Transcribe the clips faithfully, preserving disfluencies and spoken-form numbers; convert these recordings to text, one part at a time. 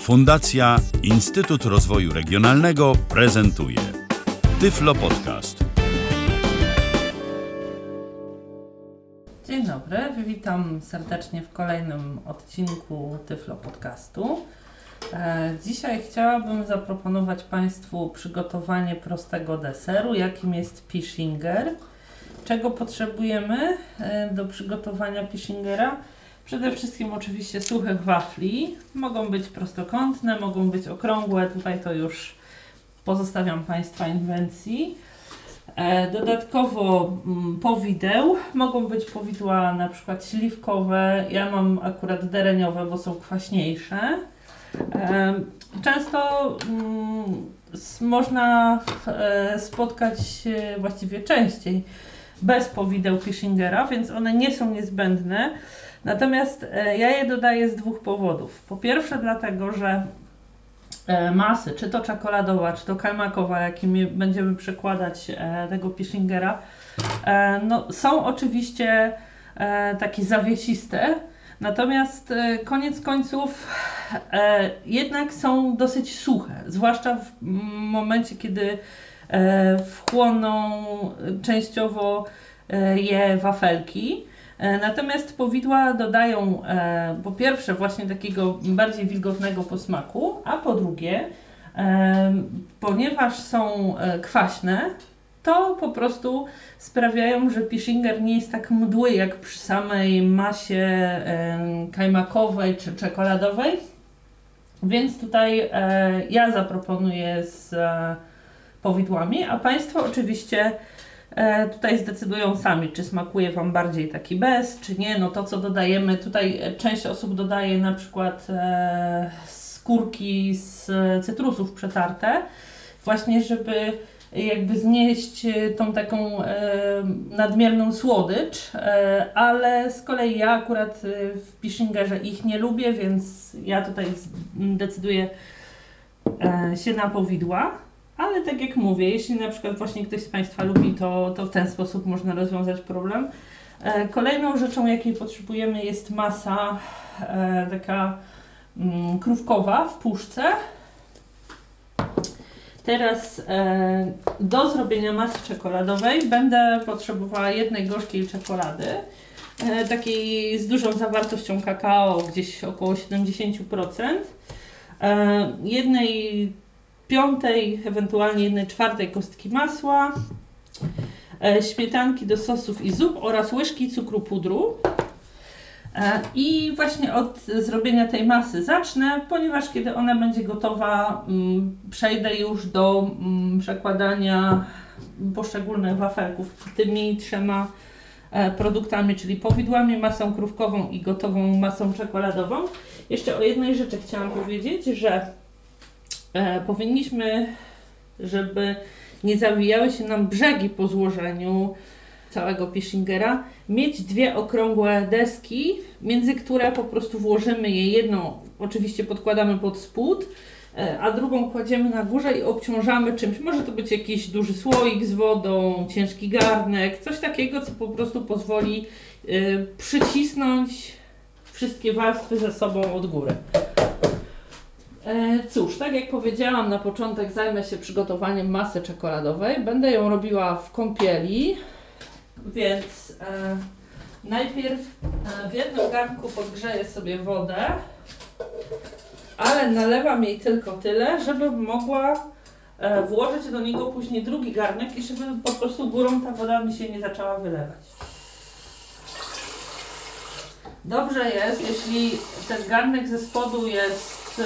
Fundacja Instytut Rozwoju Regionalnego prezentuje Tyflo Podcast. Dzień dobry, witam serdecznie w kolejnym odcinku Tyflo Podcastu. Dzisiaj chciałabym zaproponować Państwu przygotowanie prostego deseru, jakim jest Pischinger. Czego potrzebujemy do przygotowania Pischingera? Przede wszystkim oczywiście suchych wafli. Mogą być prostokątne, mogą być okrągłe, tutaj to już pozostawiam Państwa inwencji. Dodatkowo powideł, mogą być powidła na przykład śliwkowe, ja mam akurat dereniowe, bo są kwaśniejsze. Często mm, można e, spotkać się właściwie częściej bez powideł Pischingera, więc one nie są niezbędne. Natomiast e, ja je dodaję z dwóch powodów. Po pierwsze dlatego, że e, masy, czy to czekoladowa, czy to kajmakowa, jakimi będziemy przekładać e, tego Pischingera, e, no, są oczywiście e, takie zawiesiste. Natomiast e, koniec końców e, jednak są dosyć suche, zwłaszcza w momencie, kiedy e, wchłoną częściowo e, je wafelki. E, natomiast powidła dodają e, po pierwsze właśnie takiego bardziej wilgotnego posmaku, a po drugie, e, ponieważ są e, kwaśne, to po prostu sprawiają, że Pischinger nie jest tak mdły jak przy samej masie e, kajmakowej czy czekoladowej. Więc tutaj e, ja zaproponuję z e, powidłami, a Państwo oczywiście e, tutaj zdecydują sami, czy smakuje Wam bardziej taki bez, czy nie. No to co dodajemy, tutaj część osób dodaje na przykład e, skórki z cytrusów przetarte, właśnie żeby jakby znieść tą taką e, nadmierną słodycz, e, ale z kolei ja akurat w Pischingerze ich nie lubię, więc ja tutaj decyduję e, się na powidła, ale tak jak mówię, jeśli na przykład właśnie ktoś z Państwa lubi, to, to w ten sposób można rozwiązać problem. E, kolejną rzeczą, jakiej potrzebujemy, jest masa e, taka mm, krówkowa w puszce. Teraz e, do zrobienia masy czekoladowej będę potrzebowała jednej gorzkiej czekolady, e, takiej z dużą zawartością kakao, gdzieś około siedemdziesiąt procent, e, jednej piątej, ewentualnie jednej czwartej kostki masła, e, śmietanki do sosów i zup oraz łyżki cukru pudru. I właśnie od zrobienia tej masy zacznę, ponieważ kiedy ona będzie gotowa, przejdę już do przekładania poszczególnych wafelków tymi trzema produktami, czyli powidłami, masą krówkową i gotową masą czekoladową. Jeszcze o jednej rzeczy chciałam powiedzieć, że powinniśmy, żeby nie zawijały się nam brzegi po złożeniu całego Pischingera, mieć dwie okrągłe deski, między które po prostu włożymy je. Jedną oczywiście podkładamy pod spód, a drugą kładziemy na górze i obciążamy czymś. Może to być jakiś duży słoik z wodą, ciężki garnek, coś takiego, co po prostu pozwoli y, przycisnąć wszystkie warstwy ze sobą od góry. E, cóż, tak jak powiedziałam, na początek zajmę się przygotowaniem masy czekoladowej. Będę ją robiła w kąpieli. Więc e, najpierw e, w jednym garnku podgrzeję sobie wodę, ale nalewam jej tylko tyle, żeby mogła e, włożyć do niego później drugi garnek i żeby po prostu górą ta woda mi się nie zaczęła wylewać. Dobrze jest, jeśli ten garnek ze spodu jest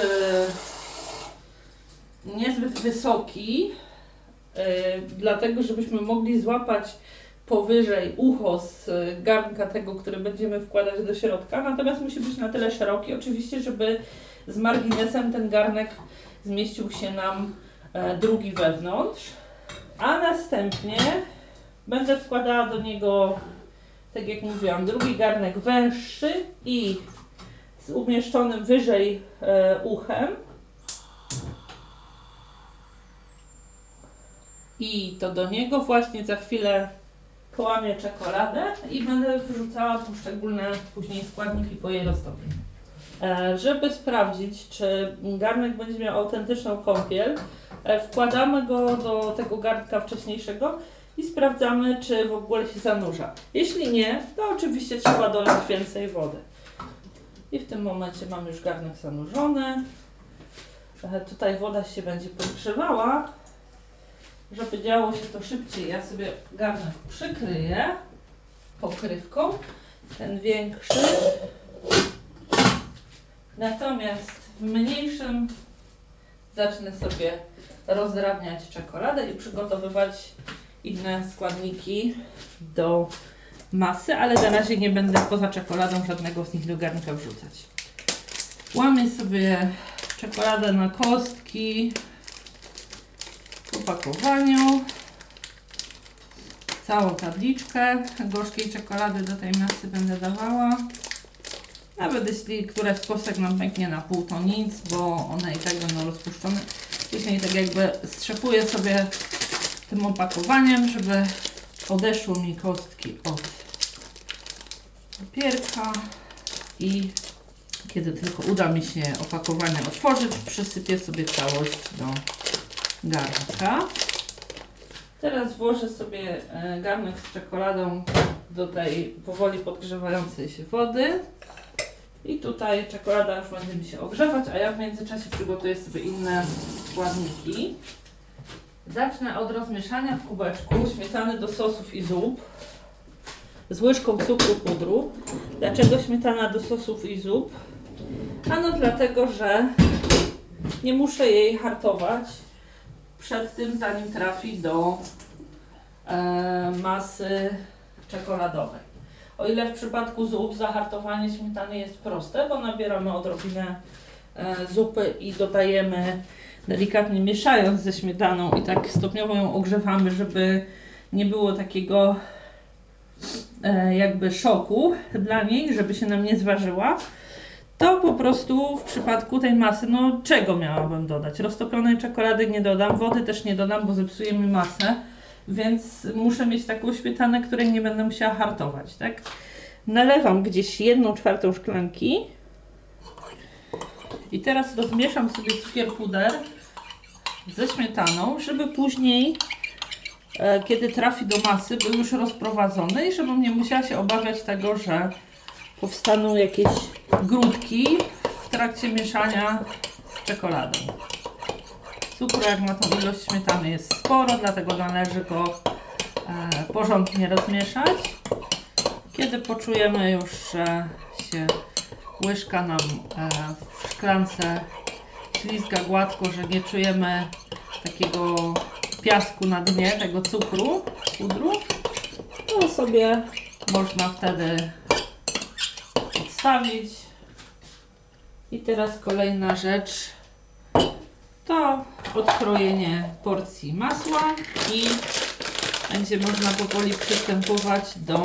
e, niezbyt wysoki, e, dlatego żebyśmy mogli złapać powyżej ucho z garnka tego, który będziemy wkładać do środka, natomiast musi być na tyle szeroki oczywiście, żeby z marginesem ten garnek zmieścił się nam e, drugi wewnątrz, a następnie będę wkładała do niego, tak jak mówiłam, drugi garnek węższy i z umieszczonym wyżej e, uchem. I to do niego właśnie za chwilę połamię czekoladę i będę wrzucała poszczególne później składniki po jej roztopie. E, żeby sprawdzić, czy garnek będzie miał autentyczną kąpiel, e, wkładamy go do tego garnka wcześniejszego i sprawdzamy, czy w ogóle się zanurza. Jeśli nie, to oczywiście trzeba dolać więcej wody. I w tym momencie mamy już garnek zanurzony. E, tutaj woda się będzie podgrzewała. Żeby działo się to szybciej, ja sobie garnek przykryję pokrywką, ten większy. Natomiast w mniejszym zacznę sobie rozdrabniać czekoladę i przygotowywać inne składniki do masy, ale na razie nie będę poza czekoladą żadnego z nich do garnka wrzucać. Łamię sobie czekoladę na kostki w opakowaniu. Całą tabliczkę gorzkiej czekolady do tej masy będę dawała. Nawet jeśli któraś z kostek nam pęknie na pół, to nic, bo one i tak będą rozpuszczone. Później tak jakby strzepuję sobie tym opakowaniem, żeby odeszły mi kostki od papierka i kiedy tylko uda mi się opakowanie otworzyć, przysypię sobie całość do garnka. Teraz włożę sobie garnek z czekoladą do tej powoli podgrzewającej się wody. I tutaj czekolada już będzie mi się ogrzewać, a ja w międzyczasie przygotuję sobie inne składniki. Zacznę od rozmieszania w kubeczku śmietany do sosów i zup z łyżką cukru pudru. Dlaczego śmietana do sosów i zup? Ano dlatego, że nie muszę jej hartować przed tym, zanim trafi do e, masy czekoladowej. O ile w przypadku zup zahartowanie śmietany jest proste, bo nabieramy odrobinę e, zupy i dodajemy delikatnie mieszając ze śmietaną i tak stopniowo ją ogrzewamy, żeby nie było takiego e, jakby szoku dla niej, żeby się nam nie zważyła. To po prostu w przypadku tej masy, no czego miałabym dodać? Roztopionej czekolady nie dodam, wody też nie dodam, bo zepsuje mi masę, więc muszę mieć taką śmietanę, której nie będę musiała hartować, tak? Nalewam gdzieś jedną czwartą szklanki i teraz rozmieszam sobie cukier puder ze śmietaną, żeby później, e, kiedy trafi do masy, był już rozprowadzony i żebym nie musiała się obawiać tego, że powstaną jakieś grudki w trakcie mieszania z czekoladą. Cukru jak na tą ilość śmietany jest sporo, dlatego należy go e, porządnie rozmieszać. Kiedy poczujemy już, że się łyżka nam e, w szklance ślizga gładko, że nie czujemy takiego piasku na dnie, tego cukru, pudru, to sobie można wtedy odstawić. I teraz kolejna rzecz to odkrojenie porcji masła i będzie można powoli przystępować do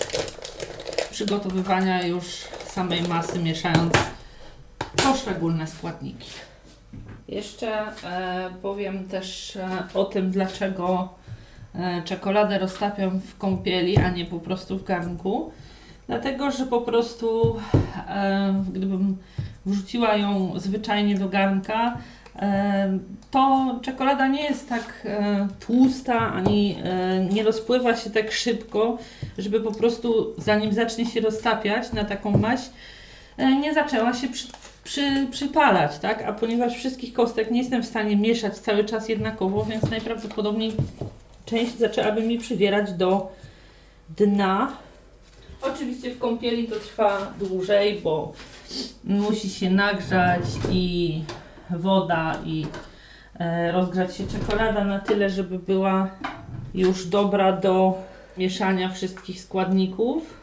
przygotowywania już samej masy, mieszając poszczególne składniki. Jeszcze e, powiem też e, o tym, dlaczego e, czekoladę roztapiam w kąpieli, a nie po prostu w garnku. Dlatego, że po prostu e, gdybym wrzuciła ją zwyczajnie do garnka, e, to czekolada nie jest tak e, tłusta, ani e, nie rozpływa się tak szybko, żeby po prostu zanim zacznie się roztapiać na taką maść, e, nie zaczęła się przy, przy, przypalać, tak? A ponieważ wszystkich kostek nie jestem w stanie mieszać cały czas jednakowo, więc najprawdopodobniej część zaczęłaby mi przywierać do dna. Oczywiście w kąpieli to trwa dłużej, bo musi się nagrzać i woda i e, rozgrzać się czekolada na tyle, żeby była już dobra do mieszania wszystkich składników.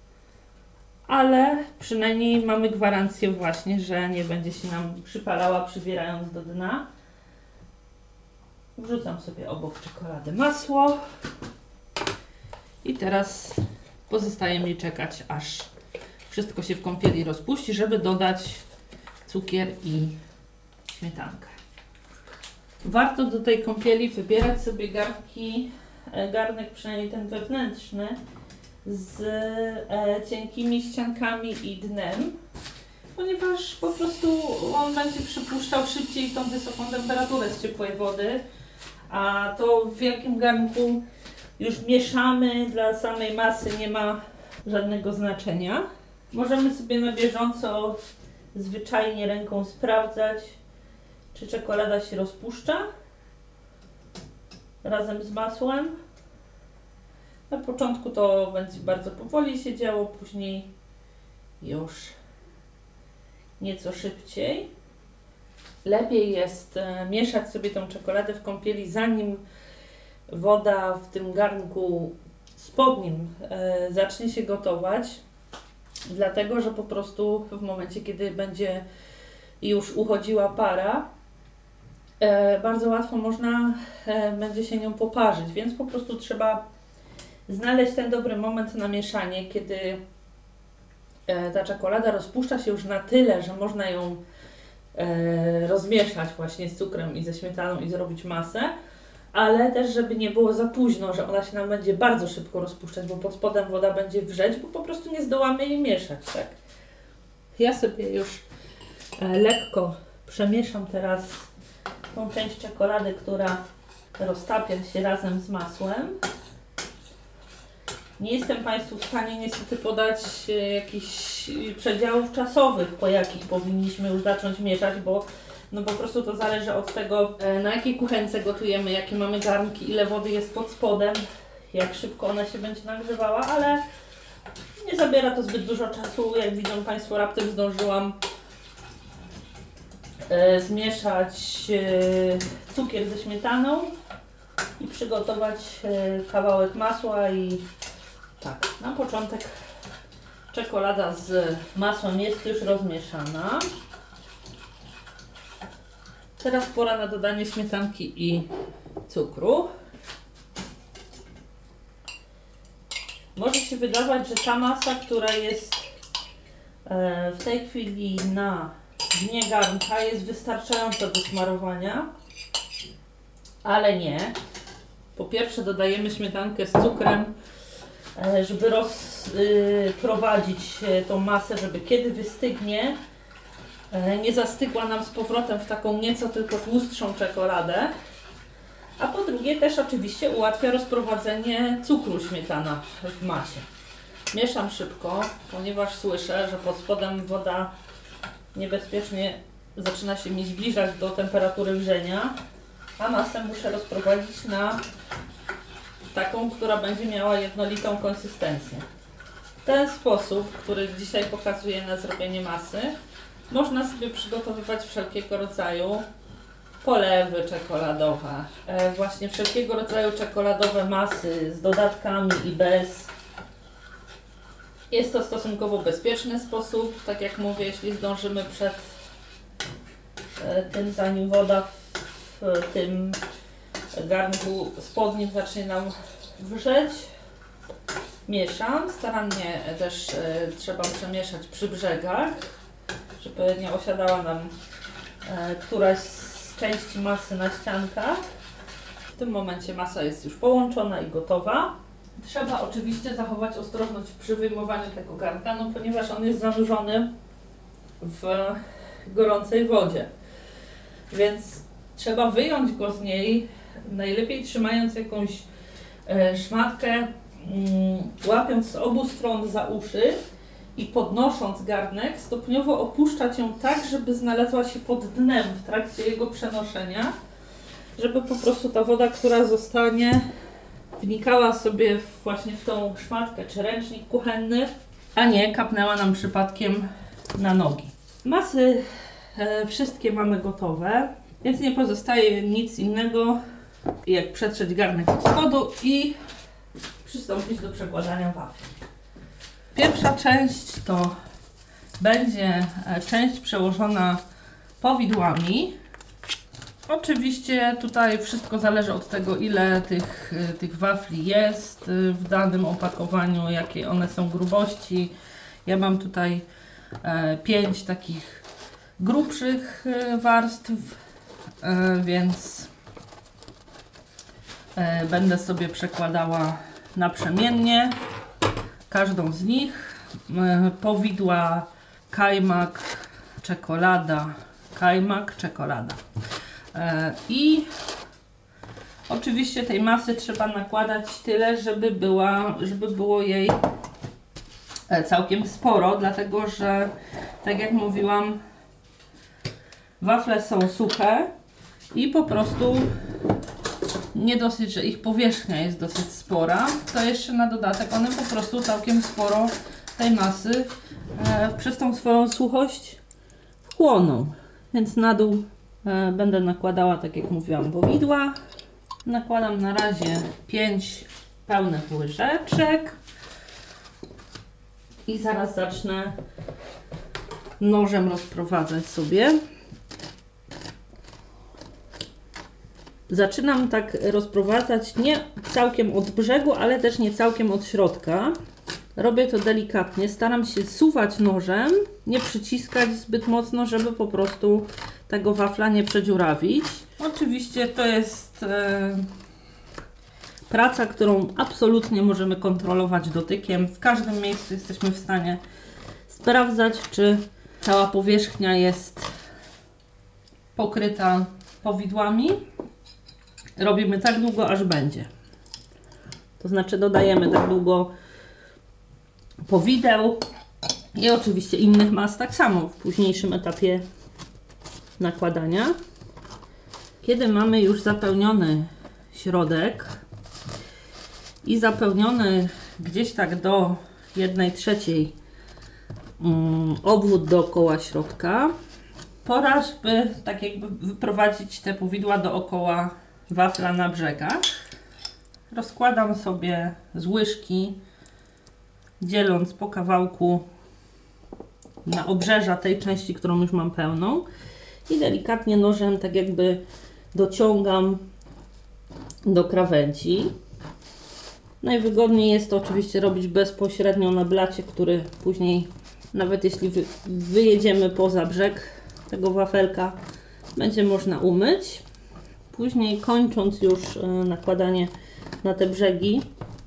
Ale przynajmniej mamy gwarancję właśnie, że nie będzie się nam przypalała, przywierając do dna. Wrzucam sobie obok czekolady masło i teraz pozostaje mi czekać, aż wszystko się w kąpieli rozpuści, żeby dodać cukier i śmietankę. Warto do tej kąpieli wybierać sobie garnki, garnek przynajmniej ten wewnętrzny, z e, cienkimi ściankami i dnem, ponieważ po prostu on będzie przypuszczał szybciej tą wysoką temperaturę z ciepłej wody, a to w wielkim garnku już mieszamy, dla samej masy nie ma żadnego znaczenia. Możemy sobie na bieżąco zwyczajnie ręką sprawdzać, czy czekolada się rozpuszcza razem z masłem. Na początku to będzie bardzo powoli się działo, później już nieco szybciej. Lepiej jest e, mieszać sobie tą czekoladę w kąpieli, zanim woda w tym garnku spodnim e, zacznie się gotować, dlatego że po prostu w momencie, kiedy będzie już uchodziła para, e, bardzo łatwo można e, będzie się nią poparzyć, więc po prostu trzeba znaleźć ten dobry moment na mieszanie, kiedy e, ta czekolada rozpuszcza się już na tyle, że można ją e, rozmieszać właśnie z cukrem i ze śmietaną i zrobić masę, ale też żeby nie było za późno, że ona się nam będzie bardzo szybko rozpuszczać, bo pod spodem woda będzie wrzeć, bo po prostu nie zdołamy jej mieszać, tak? Ja sobie już e, lekko przemieszam teraz tą część czekolady, która roztapia się razem z masłem. Nie jestem Państwu w stanie niestety podać e, jakichś przedziałów czasowych, po jakich powinniśmy już zacząć mieszać, bo no po prostu to zależy od tego, e, na jakiej kuchence gotujemy, jakie mamy garnki, ile wody jest pod spodem, jak szybko ona się będzie nagrzewała, ale nie zabiera to zbyt dużo czasu. Jak widzą Państwo, raptem zdążyłam e, zmieszać e, cukier ze śmietaną i przygotować e, kawałek masła i tak, na początek czekolada z masłem jest już rozmieszana. Teraz pora na dodanie śmietanki i cukru. Może się wydawać, że ta masa, która jest e, w tej chwili na dnie garnka, jest wystarczająca do smarowania, ale nie. Po pierwsze dodajemy śmietankę z cukrem, e, żeby rozprowadzić e, tą masę, żeby kiedy wystygnie, e, nie zastygła nam z powrotem w taką nieco tylko tłustszą czekoladę. A po drugie też oczywiście ułatwia rozprowadzenie cukru śmietana w masie. Mieszam szybko, ponieważ słyszę, że pod spodem woda niebezpiecznie zaczyna się mi zbliżać do temperatury wrzenia, a masę muszę rozprowadzić na taką, która będzie miała jednolitą konsystencję. W ten sposób, który dzisiaj pokazuję na zrobienie masy, można sobie przygotowywać wszelkiego rodzaju polewy czekoladowe, e, właśnie wszelkiego rodzaju czekoladowe masy z dodatkami i bez. Jest to stosunkowo bezpieczny sposób, tak jak mówię, jeśli zdążymy przed e, tym, zanim woda w, w tym garnku spodnim zacznie nam wrzeć. Mieszam, starannie też e, trzeba przemieszać przy brzegach, żeby nie osiadała nam e, któraś z części masy na ściankach. W tym momencie masa jest już połączona i gotowa. Trzeba oczywiście zachować ostrożność przy wyjmowaniu tego garnka, no ponieważ on jest zanurzony w gorącej wodzie. Więc trzeba wyjąć go z niej, najlepiej trzymając jakąś e, szmatkę, mm, łapiąc z obu stron za uszy i podnosząc garnek, stopniowo opuszczać ją tak, żeby znalazła się pod dnem w trakcie jego przenoszenia, żeby po prostu ta woda, która zostanie, wnikała sobie właśnie w tą szmatkę czy ręcznik kuchenny, a nie kapnęła nam przypadkiem na nogi. Masy e, wszystkie mamy gotowe, więc nie pozostaje nic innego jak przetrzeć garnek od spodu i przystąpić do przekładania wafli. Pierwsza część to będzie część przełożona powidłami. Oczywiście tutaj wszystko zależy od tego, ile tych, tych wafli jest w danym opakowaniu, jakie one są grubości. Ja mam tutaj e, pięć takich grubszych warstw, e, więc e, będę sobie przekładała naprzemiennie każdą z nich. E, powidła, kajmak, czekolada, kajmak, czekolada. E, I oczywiście tej masy trzeba nakładać tyle, żeby, była, żeby było jej całkiem sporo, dlatego że, tak jak mówiłam, wafle są suche i po prostu nie dosyć, że ich powierzchnia jest dosyć spora, to jeszcze na dodatek one po prostu całkiem sporo tej masy e, przez tą swoją suchość wchłoną. Więc na dół e, będę nakładała, tak jak mówiłam, powidła. Nakładam na razie pięć pełnych łyżeczek i zaraz zacznę nożem rozprowadzać sobie. Zaczynam tak rozprowadzać nie całkiem od brzegu, ale też nie całkiem od środka. Robię to delikatnie, staram się suwać nożem, nie przyciskać zbyt mocno, żeby po prostu tego wafla nie przedziurawić. Oczywiście to jest e, praca, którą absolutnie możemy kontrolować dotykiem. W każdym miejscu jesteśmy w stanie sprawdzać, czy cała powierzchnia jest pokryta powidłami. Robimy tak długo, aż będzie. To znaczy dodajemy tak długo powideł i oczywiście innych mas tak samo w późniejszym etapie nakładania. Kiedy mamy już zapełniony środek i zapełniony gdzieś tak do jednej trzeciej um, obwód dookoła środka, pora, żeby tak jakby wyprowadzić te powidła dookoła wafla na brzegach. Rozkładam sobie z łyżki, dzieląc po kawałku na obrzeża tej części, którą już mam pełną, i delikatnie nożem tak jakby dociągam do krawędzi. Najwygodniej jest to oczywiście robić bezpośrednio na blacie, który później, nawet jeśli wy, wyjedziemy poza brzeg tego wafelka, będzie można umyć. Później, kończąc już nakładanie na te brzegi,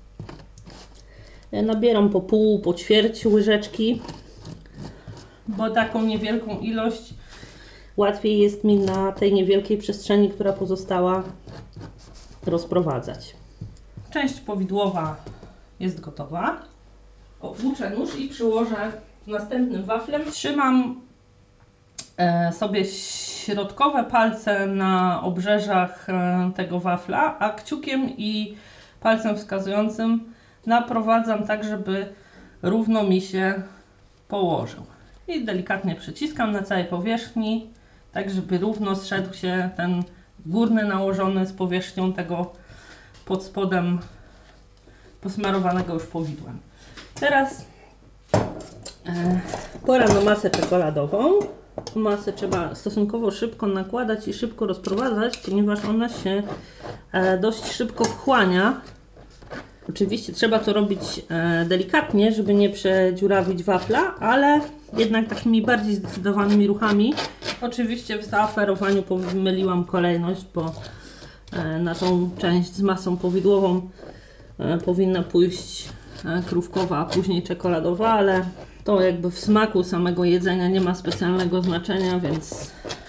nabieram po pół, po ćwierć łyżeczki, bo taką niewielką ilość łatwiej jest mi na tej niewielkiej przestrzeni, która pozostała, rozprowadzać. Część powidłowa jest gotowa. Włóczę nóż i przyłożę następnym waflem. Trzymam sobie środkowe palce na obrzeżach tego wafla, a kciukiem i palcem wskazującym naprowadzam tak, żeby równo mi się położył. I delikatnie przyciskam na całej powierzchni, tak żeby równo zszedł się ten górny nałożony z powierzchnią tego pod spodem posmarowanego już powidłem. Teraz e, pora na masę czekoladową. Masę trzeba stosunkowo szybko nakładać i szybko rozprowadzać, ponieważ ona się e, dość szybko wchłania. Oczywiście trzeba to robić e, delikatnie, żeby nie przedziurawić wafla, ale jednak takimi bardziej zdecydowanymi ruchami. Oczywiście w zaaferowaniu pomyliłam kolejność, bo e, na tą część z masą powidłową e, powinna pójść e, krówkowa, a później czekoladowa, ale to jakby w smaku samego jedzenia nie ma specjalnego znaczenia, więc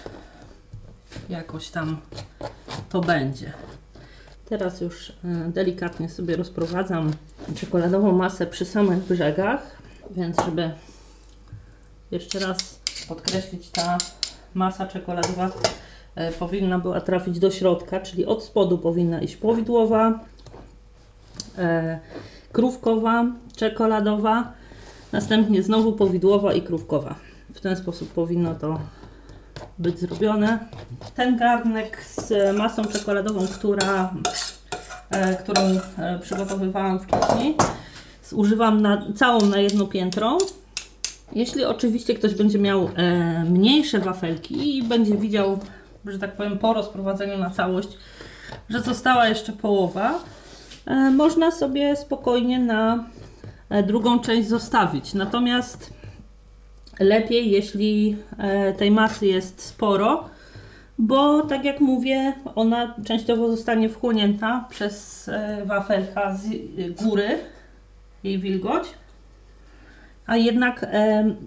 jakoś tam to będzie. Teraz już delikatnie sobie rozprowadzam czekoladową masę przy samych brzegach, więc żeby jeszcze raz podkreślić, ta masa czekoladowa powinna była trafić do środka, czyli od spodu powinna iść powidłowa, krówkowa, czekoladowa, następnie znowu powidłowa i krówkowa. W ten sposób powinno to być zrobione. Ten garnek z masą czekoladową, która, e, którą e, przygotowywałam wcześniej, zużywam na, całą na jedno piętro. Jeśli oczywiście ktoś będzie miał e, mniejsze wafelki i będzie widział, że tak powiem, po rozprowadzeniu na całość, że została jeszcze połowa, e, można sobie spokojnie na e, drugą część zostawić. Natomiast lepiej, jeśli e, tej masy jest sporo, bo tak jak mówię, ona częściowo zostanie wchłonięta przez e, wafelka z góry, jej wilgoć, a jednak e,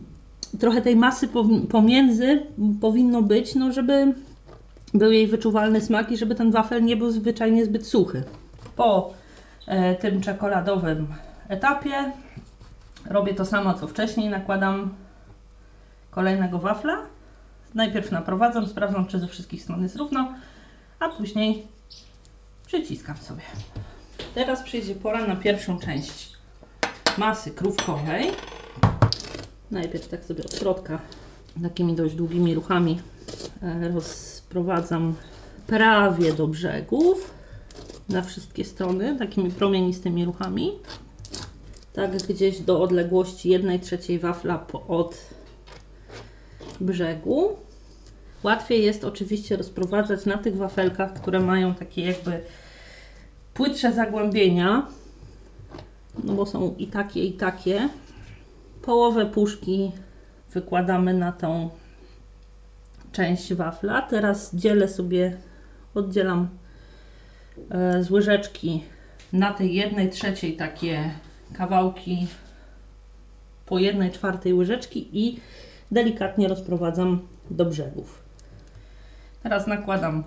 trochę tej masy pomiędzy powinno być, no żeby był jej wyczuwalny smak i żeby ten wafel nie był zwyczajnie zbyt suchy. Po e, tym czekoladowym etapie robię to samo co wcześniej, nakładam kolejnego wafla. Najpierw naprowadzam, sprawdzam, czy ze wszystkich stron jest równo, a później przyciskam sobie. Teraz przyjdzie pora na pierwszą część masy krówkowej. Najpierw tak sobie od środka takimi dość długimi ruchami rozprowadzam prawie do brzegów na wszystkie strony, takimi promienistymi ruchami. Tak gdzieś do odległości jednej trzeciej wafla od brzegu. Łatwiej jest oczywiście rozprowadzać na tych wafelkach, które mają takie jakby płytsze zagłębienia, no bo są i takie, i takie. Połowę puszki wykładamy na tą część wafla. Teraz dzielę sobie, oddzielam e, z łyżeczki na tej jednej trzeciej takie kawałki po jednej czwartej łyżeczki i delikatnie rozprowadzam do brzegów. Teraz nakładam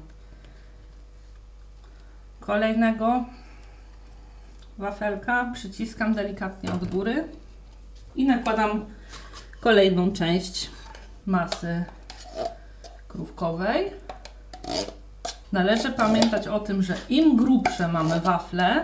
kolejnego wafelka, przyciskam delikatnie od góry i nakładam kolejną część masy krówkowej. Należy pamiętać o tym, że im grubsze mamy wafle,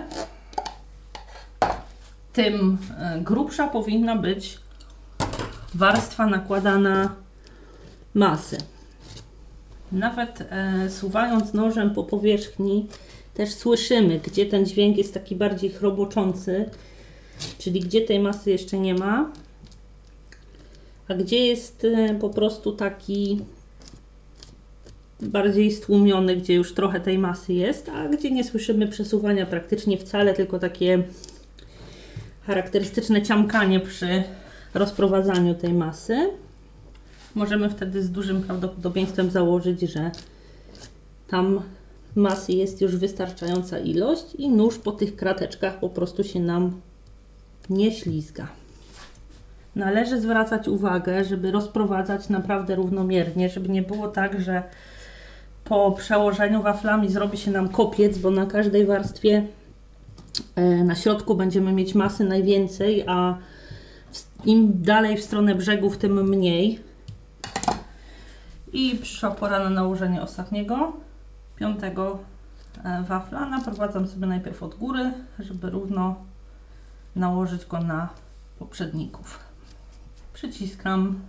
tym grubsza powinna być warstwa nakładana masy. Nawet e, suwając nożem po powierzchni też słyszymy, gdzie ten dźwięk jest taki bardziej chroboczący, czyli gdzie tej masy jeszcze nie ma, a gdzie jest e, po prostu taki bardziej stłumiony, gdzie już trochę tej masy jest, a gdzie nie słyszymy przesuwania praktycznie wcale, tylko takie charakterystyczne ciamkanie przy rozprowadzaniu tej masy. Możemy wtedy z dużym prawdopodobieństwem założyć, że tam masy jest już wystarczająca ilość i nóż po tych krateczkach po prostu się nam nie ślizga. Należy zwracać uwagę, żeby rozprowadzać naprawdę równomiernie, żeby nie było tak, że po przełożeniu waflami zrobi się nam kopiec, bo na każdej warstwie na środku będziemy mieć masy najwięcej, a im dalej w stronę brzegów, tym mniej. I przyszła pora na nałożenie ostatniego, piątego wafla. Naprowadzam sobie najpierw od góry, żeby równo nałożyć go na poprzedników. Przyciskam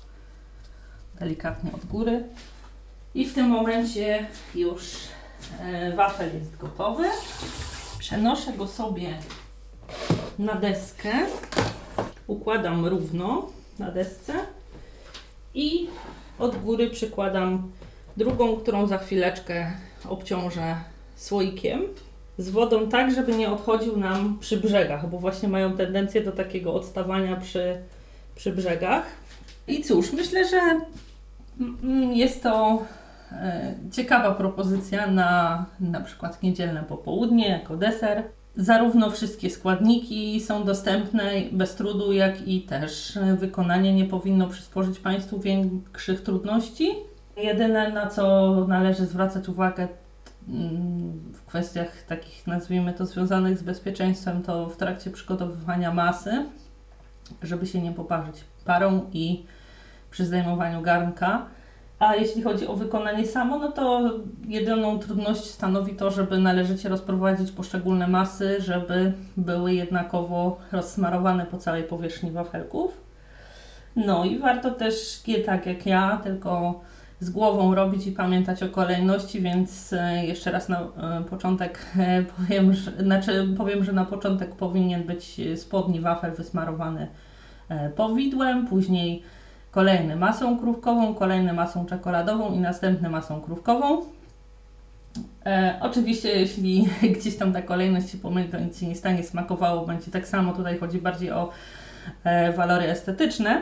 delikatnie od góry i w tym momencie już wafel jest gotowy. Przenoszę go sobie na deskę, układam równo na desce i od góry przykładam drugą, którą za chwileczkę obciążę słoikiem z wodą, tak żeby nie odchodził nam przy brzegach, bo właśnie mają tendencję do takiego odstawania przy, przy brzegach. I cóż, myślę, że jest to ciekawa propozycja na na przykład niedzielne popołudnie jako deser. Zarówno wszystkie składniki są dostępne bez trudu, jak i też wykonanie nie powinno przysporzyć Państwu większych trudności. Jedyne, na co należy zwracać uwagę w kwestiach takich, nazwijmy to, związanych z bezpieczeństwem, to w trakcie przygotowywania masy, żeby się nie poparzyć parą i przy zdejmowaniu garnka. A jeśli chodzi o wykonanie samo, no to jedyną trudność stanowi to, żeby należycie rozprowadzić poszczególne masy, żeby były jednakowo rozsmarowane po całej powierzchni wafelków. No i warto też, nie tak jak ja, tylko z głową robić i pamiętać o kolejności, więc jeszcze raz na początek powiem, że, znaczy powiem, że na początek powinien być spodni wafel wysmarowany powidłem, później kolejny masą krówkową, kolejny masą czekoladową i następny masą krówkową. E, oczywiście jeśli gdzieś tam ta kolejność się pomyli, to nic się nie stanie, smakowało będzie tak samo. Tutaj chodzi bardziej o e, walory estetyczne.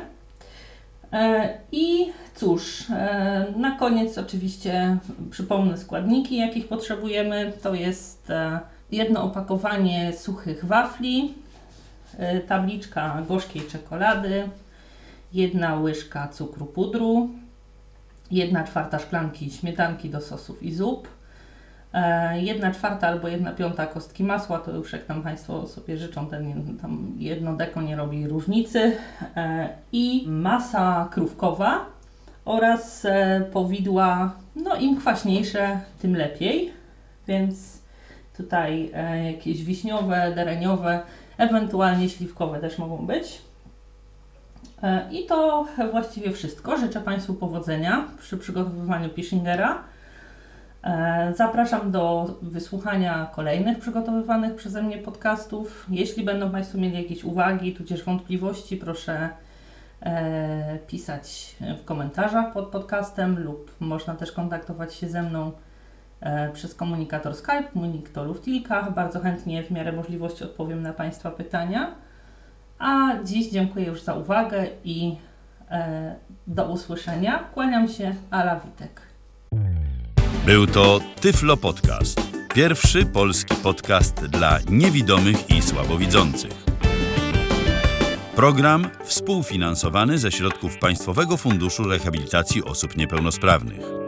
E, I cóż, e, na koniec oczywiście przypomnę składniki, jakich potrzebujemy. To jest e, jedno opakowanie suchych wafli, e, tabliczka gorzkiej czekolady, jedna łyżka cukru pudru, jedna czwarta szklanki śmietanki do sosów i zup, jedna czwarta albo jedna piąta kostki masła, to już jak tam Państwo sobie życzą, ten tam jedno deko nie robi różnicy, i masa krówkowa oraz powidła, no im kwaśniejsze, tym lepiej, więc tutaj jakieś wiśniowe, dereniowe, ewentualnie śliwkowe też mogą być. I to właściwie wszystko. Życzę Państwu powodzenia przy przygotowywaniu Pishingera. Zapraszam do wysłuchania kolejnych przygotowywanych przeze mnie podcastów. Jeśli będą Państwo mieli jakieś uwagi, tudzież wątpliwości, proszę e, pisać w komentarzach pod podcastem lub można też kontaktować się ze mną e, przez komunikator Skype. Mój nick to Luftilka. Bardzo chętnie w miarę możliwości odpowiem na Państwa pytania. A dziś dziękuję już za uwagę i e, do usłyszenia. Kłaniam się, Ala Witek. Był to Tyflo Podcast. Pierwszy polski podcast dla niewidomych i słabowidzących. Program współfinansowany ze środków Państwowego Funduszu Rehabilitacji Osób Niepełnosprawnych.